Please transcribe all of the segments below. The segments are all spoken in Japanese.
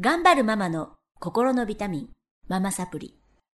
頑張るママの心のビタミン、ママサプリ。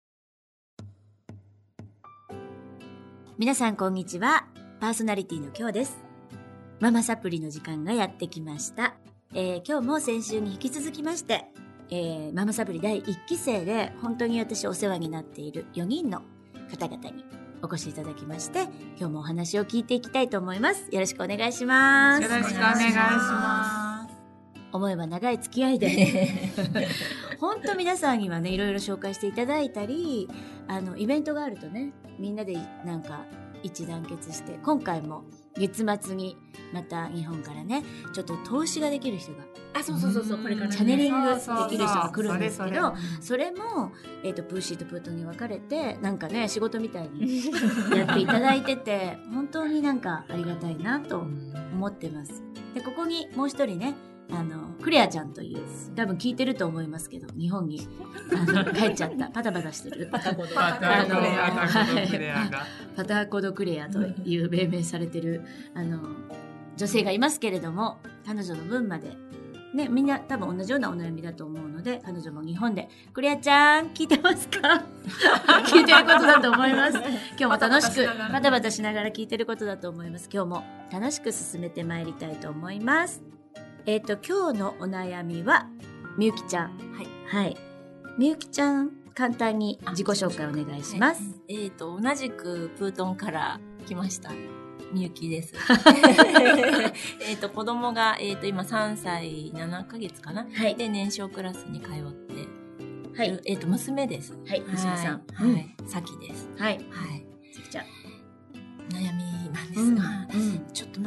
皆さんこんにちは。パーソナリティの今日です。ママサプリの時間がやってきました。今日も先週に引き続きまして、ママサプリ第1期生で本当に私お世話になっている4人の方々にお越しいただきまして、今日もお話を聞いていきたいと思います。よろしくお願いします。 よろしくお願いします。 思えば長い付き合いで本当皆さんにはね、いろいろ紹介していただいたり、イベントがあるとね、みんなでなんか一致団結して、今回も月末にまた日本からね、ちょっと投資ができる人が、 そうこれから、ね、 チャネリングできる人が来るんですけど、それも、プーシーとプートンに分かれて、なんかね、仕事みたいにやっていただいてて本当になんかありがたいなと思ってます。で、ここにもう一人ね、クレアちゃんという、多分聞いてると思いますけど、日本に帰っちゃったパタパタしてるパタコドクレアという命名されてる女性がいますけれども、彼女の分までね、みんな多分同じようなお悩みだと思うので、彼女も日本でクレアちゃん聞いてますか聞いてることだと思います。今日も楽しくバタバタしながら聞いてることだと思います。今日も楽しく進めてまいりたいと思います。今日のお悩みはみゆきちゃん。はい。みゆきちゃん、簡単に自己紹介お願いします。 同じくプートンから来ましたみゆきです。子供が今3歳7ヶ月かな。はい。で年少クラスに通って、はい。娘です。 はい。娘さん。 はい。さきです。 はい。はい。 さきちゃん。悩みなんですが、ちょっと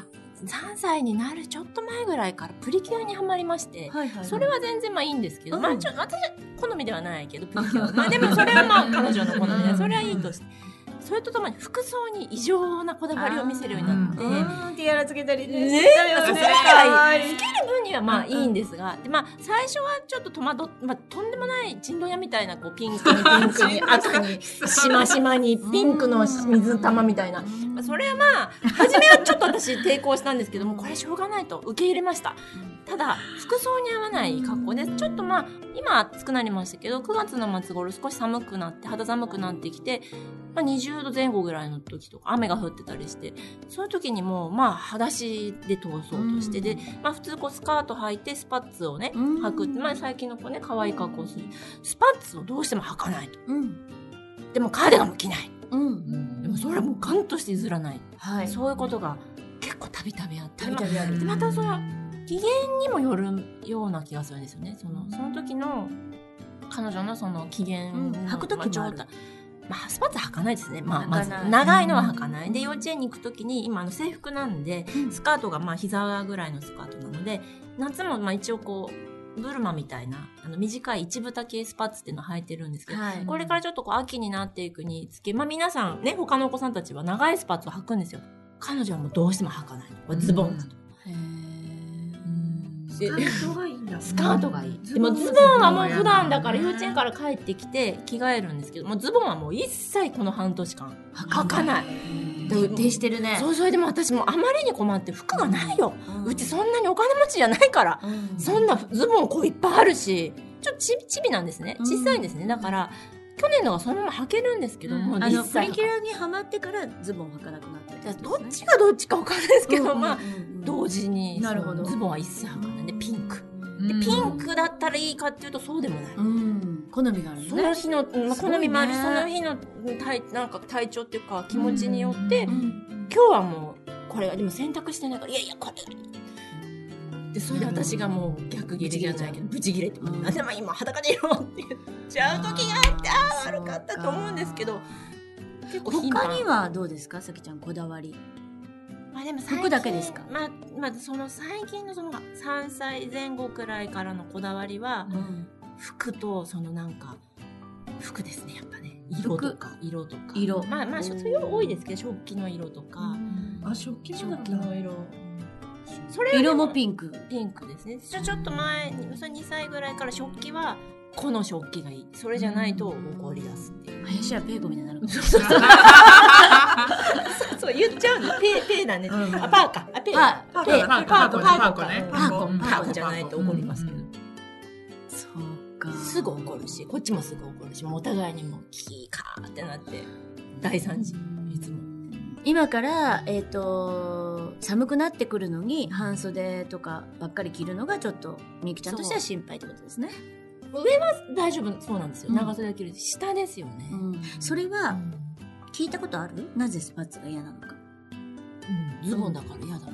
3歳になるちょっと前ぐらいからプリキュアにハマりまして、それは全然いいんですけど、私は好みではないけどプリキュアでもそれは彼女の好みでそれはいいとして、それとともに服装に異常なこだわりを見せるようになって、 ティアラつけたりね、 つける分にはいいんですが、で最初はちょっと戸惑っとんでもない人狼屋みたいなピンクに赤にしましまにピンクの水玉みたいな、それは初めはちょっと私抵抗したんですけども、これしょうがないと受け入れました。ただ服装に合わない格好で、ちょっと今暑くなりましたけど、9月の末頃少し寒くなって肌寒くなってきて、20度前後ぐらいの時とか雨が降ってたりして、そういう時にも裸足で通そうとして、で普通スカート履いてスパッツをね履く、最近の子ね可愛い格好する、スパッツをどうしても履かないと、でもカーディガンも着ない、でもそれはもうガンとして譲らない、そういうことが結構たびたびあって、でまたそれは機嫌にもよるような気がするんですよね。その時の彼女のその機嫌履く時もある。 スパッツ履かないですね。まず長いのは履かない。で幼稚園に行く時に今制服なんで、スカートが膝ぐらいのスカートなので、夏も一応ブルマみたいな短い一分丈スパッツっていうのを履いてるんですけど、これからちょっと秋になっていくにつけ、皆さんね、他のお子さんたちは長いスパッツを履くんですよ。彼女はもうどうしても履かない。これズボンだと。 スカートがいいんだ。 スカートがいい。でもズボンはもう普段だから幼稚園から帰ってきて着替えるんですけど、もうズボンはもう一切この半年間履かない。 徹してるね。 それでも私もあまりに困って服がないよ。うちそんなにお金持ちじゃないから、そんなズボンいっぱいあるし、ちょっとちびなんですね。小さいんですね。だから去年のがそのまま履けるんですけども、 プリキュアにハマってからズボン履かなくなったり、 どっちがどっちか分かんないですけど、同時にズボンは一切履かないで、ピンクで、ピンクだったらいいかっていうとそうでもない、 好みがあるね。 その日の好みもあるし、その日のなんか体調っていうか気持ちによって、今日はもうこれでも選択してないから、いやこれで、それで私がもう逆ギレじゃないけどブチギレって、でも今裸でいろって言っちゃう時があって、悪かったと思うんですけど、結構他にはどうですか、さきちゃん、こだわり。 でも服だけですか。 その最近のその3歳前後くらいからのこだわりは、服と服ですね、やっぱね。色とかそういう多いですけど、食器の色とか、 食器の色、 それ色もピンクですね。ちょっと前に2歳ぐらいから食器はこの食器がいい、それじゃないと怒り出すっていう。 林家ペーコみたいになる。 そう言っちゃうんです。ペーだね。パーコね。パーコじゃないと怒りますけど。 すぐ怒るし、こっちもすぐ怒るし、もうお互いにもうキーカーってなって大惨事いつも。 今から寒くなってくるのに半袖とかばっかり着るのがちょっとみゆきちゃんとしては心配ってことですね。 上は大丈夫そうなんですよ。長袖着る下ですよね。 それは聞いたことある？なぜスパッツが嫌なのか。 ズボンだから嫌だって。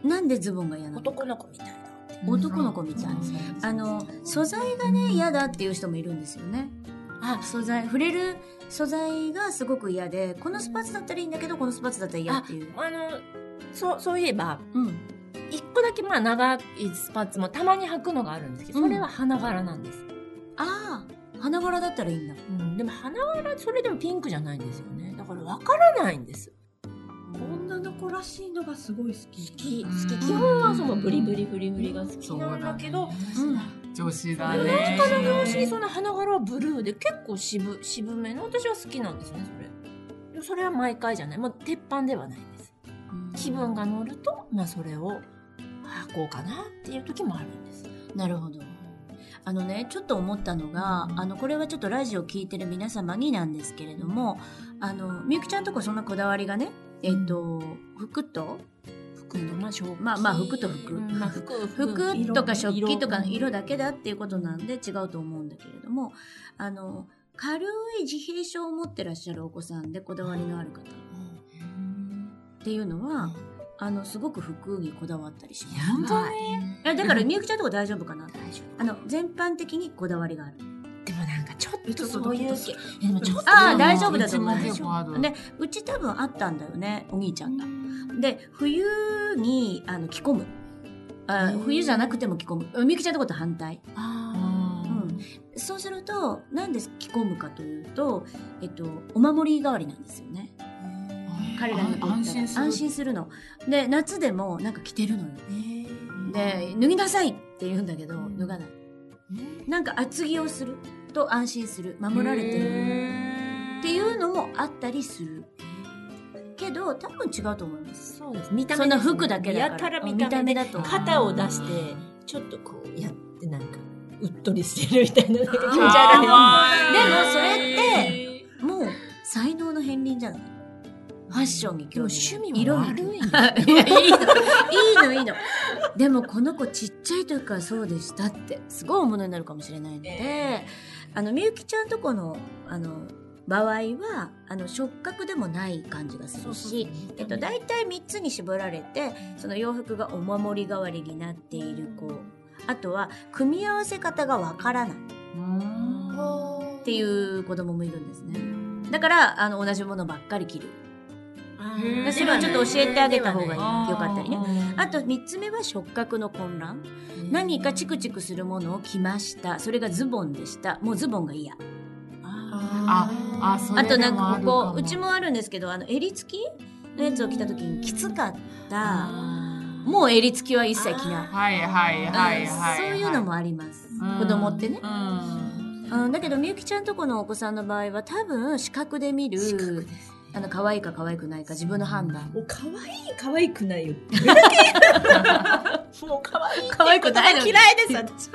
なんでズボンが嫌なのか。 男の子みたいな。 男の子みたい。素材がね嫌だっていう人もいるんですよね。素材、触れる素材がすごく嫌で、このスパッツだったらいいんだけどこのスパッツだったら嫌っていう。 そういえば、一個だけ長いスパッツもたまに履くのがあるんですけど、それは花柄なんです。 花柄だったらいいんだ。 でも花柄それでもピンクじゃないんですよね。だから分からないんです。 女の子らしいのがすごい好き。 基本はそのブリブリフリフリが好きなんだけど、 女子だね。 女の表紙にその花柄はブルーで結構渋めの私は好きなんですね、それ。でもそれは毎回じゃない。もう鉄板ではないんです。気分が乗ると、それを履こうかなっていう時もあるんです。 なるほど。ちょっと思ったのが、これはちょっとラジオ聞いてる皆様になんですけれども、みゆきちゃんとこそんなこだわりがね、服と服と服とか食器とかの色だけだっていうことなんで違うと思うんだけれども、軽い自閉症を持ってらっしゃるお子さんでこだわりのある方っていうのは、すごく服にこだわったりします。 本当に？ だからみゆきちゃんとこ大丈夫かな？全般的にこだわりがある。 でもなんかちょっとそういう系。でもちょっと大丈夫だと思う。 で、 うち多分あったんだよね、お兄ちゃんが。で、冬に着込む。冬じゃなくても着込む。みゆきちゃんのこと反対。そうすると、なんで着込むかというと、お守り代わりなんですよね。彼らにとっては安心するの。で、夏でもなんか着てるのよ。で、脱ぎなさいって言うんだけど、脱がない。なんか厚着をすると安心する。守られてる。っていうのもあったりする。けど、多分違うと思います。 そうです。見た目そんな服だけだから。 やたら見た目だと。肩を出して、ちょっとこうやってなんか、うっとりしてるみたいな。気持ち悪い。でもそれって、もう才能の片鱗じゃない？ファッションに興味。 趣味も悪い。 いいの。でもこの子ちっちゃい時からそうでしたって、すごいものになるかもしれないので、みゆきちゃんとこの、場合は、触覚でもない感じがするし、だいたい3つに絞られて、その洋服がお守り代わりになっている子、あとは、組み合わせ方がわからない。っていう子供もいるんですね。だから、同じものばっかり着る。それはちょっと教えてあげた方がよかったりね。あと3つ目は触覚の混乱。何かチクチクするものを着ました。それがズボンでした。もうズボンが嫌。あとなんかここ、うちもあるんですけど、襟付きのやつを着た時にきつかった。もう襟付きは一切着ない。そういうのもあります。子供ってね。だけどみゆきちゃんとこのお子さんの場合は多分視覚で見る。可愛いか可愛くないか自分の判断。 もう可愛い可愛くないよ。 もう可愛い可愛くないの嫌いです私。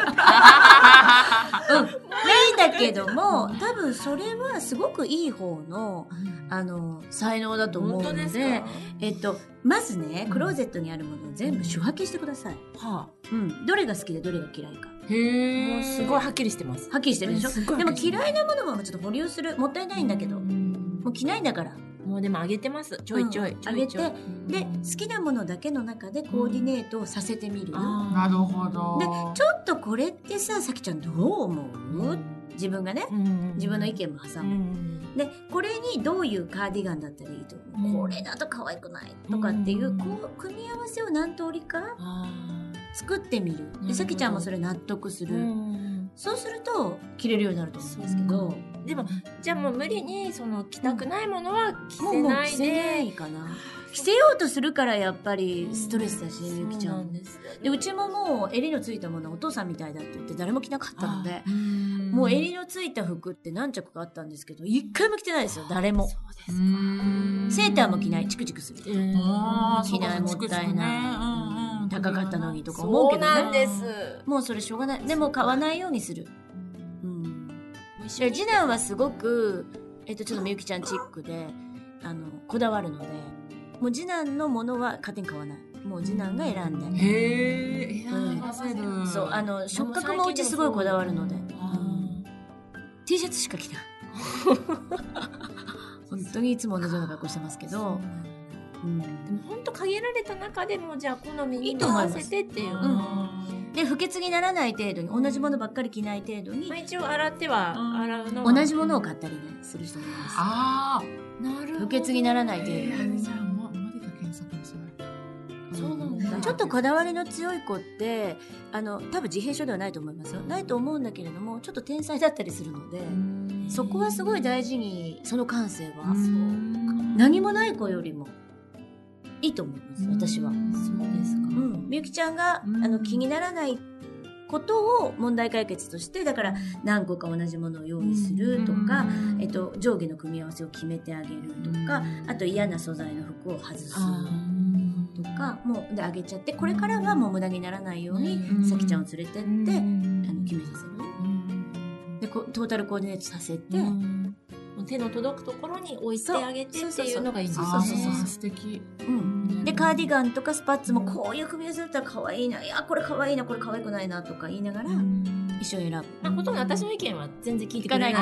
ないんだけども、多分それはすごくいい方の才能だと思うので、まずねクローゼットにあるものを全部手分けしてください。どれが好きでどれが嫌いか。 もうすごいはっきりしてます。 はっきりしてるでしょ。でも嫌いなものはちょっと保留する。もったいないんだけど。もう着ないんだから。 もうでもあげてます。ちょいちょい。 あげて、で、好きなものだけの中でコーディネートをさせてみる。 なるほど。 で、ちょっとこれってさきちゃんどう思う？自分がね、自分の意見も挟む。で、これにどういうカーディガンだったらいいと思う？これだと可愛くないとかっていう、こう、組み合わせを何通りか作ってみる。で、さきちゃんもそれ納得する。そうすると着れるようになると思うんですけど、 でもじゃあもう無理にその着たくないものは着せないで、 着せないかな。着せようとするからやっぱりストレスだし、みゆきちゃん。でうちももう襟のついたものお父さんみたいだって言って誰も着なかったので、もう襟のついた服って何着かあったんですけど一回も着てないですよ、誰も。そうですか。セーターも着ない、チクチクする。着ない、もったいない。高かったのにとか思うけどね。 そうなんです。 もうそれしょうがない。でも買わないようにする。 で次男はすごく、ちょっとみゆきちゃんチックでこだわるので、もう次男のものは勝手に買わない。もう次男が選んで。 へえ、選ばせる。 そう、触覚もうちすごいこだわるので。T シャツしか着ない。本当にいつも同じような格好してますけど。 でも本当限られた中でもじゃあ好みに合わせてっていう。 で不潔にならない程度に、同じものばっかり着ない程度に、 一応洗っては洗うのは同じものを買ったりねする人もいます。 ああ、なるほど。 不潔にならない程度に。 じゃあマリが検索にする。 そうなんだ。 ちょっとこだわりの強い子って多分自閉症ではないと思いますよ。ないと思うんだけれども、ちょっと天才だったりするので、そこはすごい大事に、その感性は何もない子よりもいいと思います、私は。 そうですか。 みゆきちゃんが気にならないことを問題解決として、だから何個か同じものを用意するとか、上下の組み合わせを決めてあげるとか、あと嫌な素材の服を外すとか、もうであげちゃって、これからはもう無駄にならないようにさきちゃんを連れてって決めさせる。でトータルコーディネートさせて、 手の届くところに置いてあげてっていうのがいいんですよね。 そう素敵。 でカーディガンとかスパッツもこういう組み合わせだったら可愛いな、いやこれ可愛いな、これ可愛くないなとか言いながら一緒に選ぶ。 ほとんど私の意見は全然聞いてくれないから、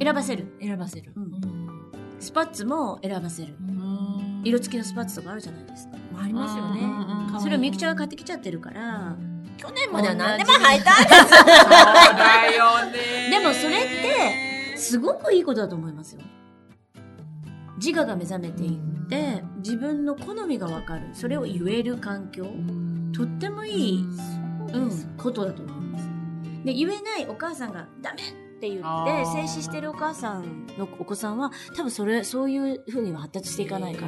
選ばせる。スパッツも選ばせる。色付きのスパッツとかあるじゃないですか。 ありますよね。 それをみゆきちゃんが買ってきちゃってるから、 去年までは何でも履いたんです。 そうだよね。 でもそれってすごくいいことだと思いますよ。自我が目覚めていって自分の好みが分かる、それを言える環境、とってもいい、ことだと思います。で言えないお母さんがダメって言って静止してるお母さんのお子さんは多分そういう風には発達していかないから、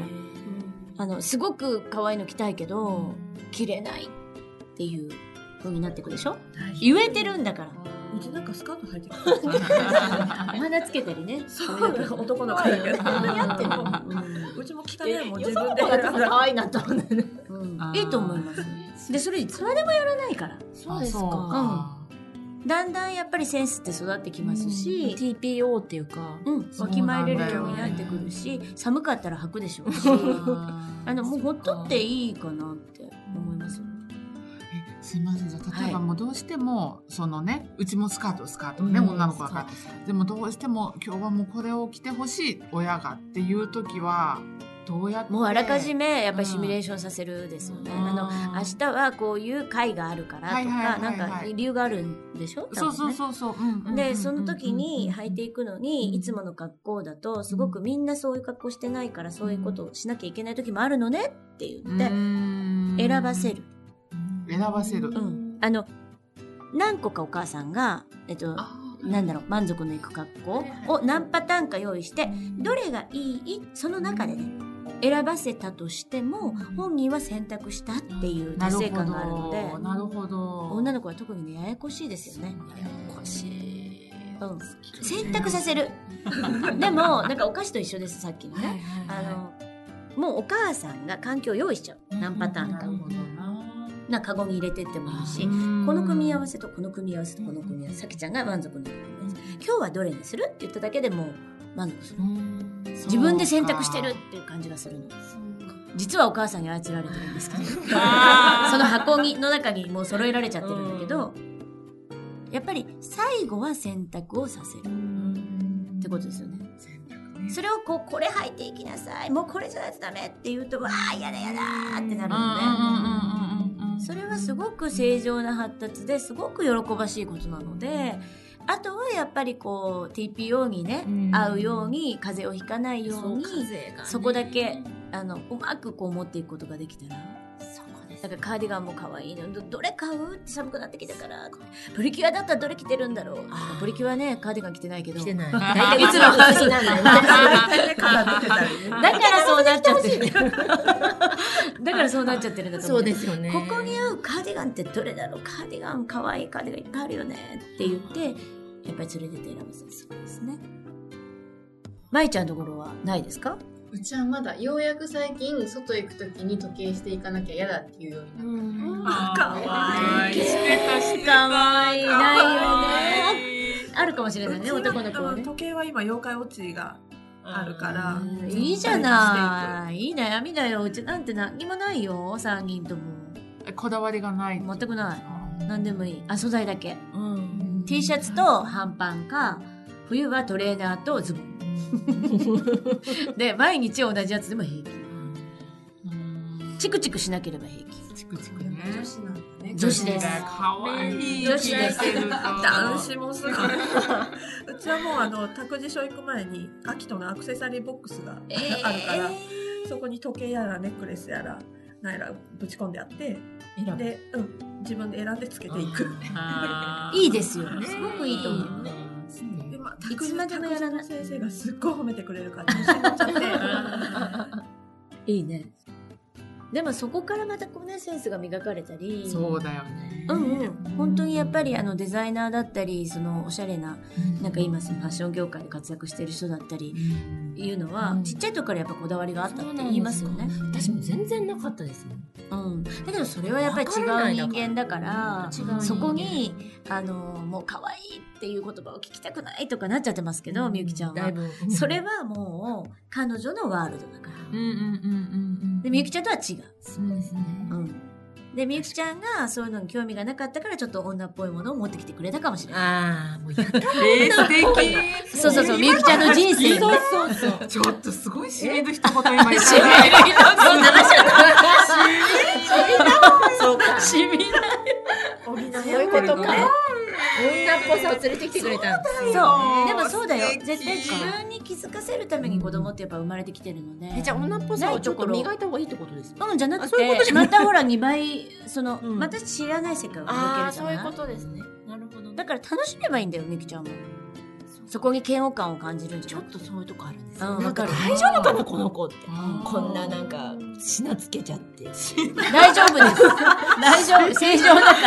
すごく可愛いの着たいけど着れないっていう風になっていくでしょ。言えてるんだから。 うちなんかスカート履いてる。 お花つけたりね。 そう男の子だけど。 やってる。 うちも着たね、もう自分で。 可愛いなと思うんだよね。 いいと思います。でそれいつまでもやらないから。 そうですか。 だんだんやっぱりセンスって育ってきますし、 TPO っていうか、 わきまえれるようになってくるし、寒かったら履くでしょうし、もうほっとっていいかなって思いますよ。 すいません、じゃあ例えばもうどうしてもそのね、うちもスカートね、女の子だから、でもどうしても今日はもうこれを着てほしい親がっていう時はどうやってもうあらかじめやっぱりシミュレーションさせるですよね。明日はこういう会があるからとか、なんか理由があるんでしょ。 そうでその時に履いていくのに、いつもの格好だとすごくみんなそういう格好してないから、そういうことをしなきゃいけない時もあるのねって言って選ばせる。何個かお母さんが満足のいく格好を何パターンか用意して、どれがいい、その中でね選ばせたとしても本人は選択したっていう達成感があるので、 なるほど。 女の子は特にねややこしいですよね。 ややこしい。 選択させる。でもなんかお菓子と一緒です。さっきのね、もうお母さんが環境を用意しちゃう。何パターンかカゴに入れてってもいいし、この組み合わせとこの組み合わせとこの組み合わせ、さきちゃんが満足の組み合わせ、今日はどれにするって言っただけでもう満足する。自分で選択してるっていう感じがするの。実はお母さんに操られてるんですけどその箱の中にもう揃えられちゃってるんだけど、やっぱり最後は選択をさせるってことですよね。それをこれ履いていきなさい、もうこれじゃないとダメって言うと、わーやだやだってなるので、それはすごく正常な発達ですごく喜ばしいことなので、あとはやっぱりTPO にね、合うように風邪をひかないように、そこだけうまく持っていくことができたら、だからカーディガンも可愛いの、どれ買うって寒くなってきたから、プリキュアだったらどれ着てるんだろう。プリキュアねカーディガン着てないけど、 着てない。 いつも話なんだよ。だからそうなっちゃってる。だからそうなっちゃってるんだと思う。 そうですよね。 ここに合うカーディガンってどれだろう。カーディガン可愛いカーディガンいっぱいあるよねって言ってやっぱり連れてって選ばせるそうですね。まいちゃんのところはないですか？ うちはまだようやく最近外行くときに時計していかなきゃ嫌だっていうようになった。 かわいい。 してたかわいい。ないよね。あるるかもしれないね、男の子はね。 時計は今妖怪ウォッチがあるからいいじゃない。いい悩みだよ。うちなんて何にもないよ、3人とも。 こだわりがない。 全くない。何でもいい。あ、素材だけ。 うん。 T シャツと半パンか、冬はトレーナーとズボン。で、毎日同じやつでも平気。チクチクしなければ平気。 チクチクね。 女子なんだね。 女子です。 かわいい。 女子です。 男子もすごい。うちはもう託児所行く前にアキトのアクセサリーボックスがあるから、そこに時計やらネックレスやらなんやらぶち込んであって、で、自分で選んでつけていく。 いいですよね。すごくいいと思う。 で、まあ、 いつまでもやらない。 先生がすっごい褒めてくれるから調子に乗っちゃって。 いいね。でもそこからまたこうね、センスが磨かれたり。 そうだよね。 本当にやっぱりデザイナーだったり、そのおしゃれな、なんか今そのファッション業界で活躍してる人だったり、いうのは、ちっちゃい時からやっぱこだわりがあったって言いますよね。 私も全然なかったですもん。 だけどそれはやっぱり違う人間だから、そこに、もう可愛いっていう言葉を聞きたくないとかなっちゃってますけど、みゆきちゃんは。それはもう、彼女のワールドだから。で、みゆきちゃんとは違う。 そうですね。 で、みゆきちゃんがそういうのに興味がなかったから、ちょっと女っぽいものを持ってきてくれたかもしれない。 ああ、もうやった素敵。 そうそうそう、みゆきちゃんの人生に。 そうそう。 ちょっとすごい染みる一言今言った。 染みる一言。 そうか。 染みない。 そういうことか。女っぽさを連れてきてくれたんです。 そう。でもそうだよ。絶対自分に気づかせるために子供ってやっぱ生まれてきてるので。 じゃあ女っぽさをちょっと磨いた方がいいってことですか？ じゃなくて、またほら2倍、また知らない世界を届けるじゃない。 そういうことですね。なるほど。 だから楽しめばいいんだよ、みゆきちゃんも。そこに嫌悪感を感じるんじゃなくて。 ちょっとそういうとこあるんですよ。 わかる。 大丈夫かなこの子って。こんななんか品つけちゃって。 大丈夫です。大丈夫。正常だから。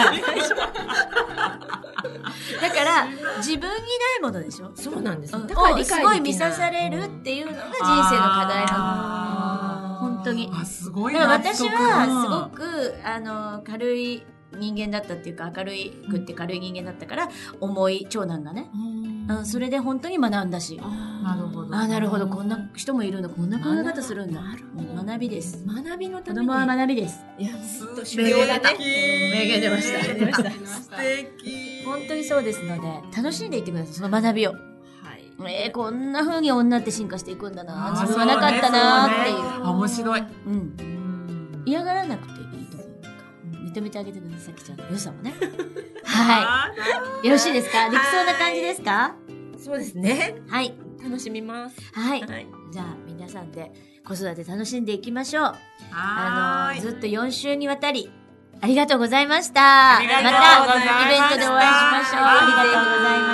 だから自分にないものでしょ。 そうなんです。だからすごい見刺されるっていうのが人生の課題なの。本当に。 すごい。 だから私はすごく軽い人間だったっていうか、明るくって軽い人間だったから、重い長男がね。それで本当に学んだし。 なるほど。 なるほど。こんな人もいるんだ。こんな考え方するんだ。学びです。 学びのた子めに。 供は学びです。 いや、名言だね。 名言出ました。 素敵。 本当にそうですので、楽しんでいってください。その学びを。こんな風に女って進化していくんだな。自分はなかったなっていう。 面白い。 嫌がらなくていいと思う。認めてあげてください、さきちゃんの良さもね。はい。よろしいですか？できそうな感じですか？ そうですね。 はい。 楽しみます。 はい。じゃあ、皆さんで子育て楽しんでいきましょう。ずっと4週にわたり、ありがとうございました。また、イベントでお会いしましょう。ありがとうございました。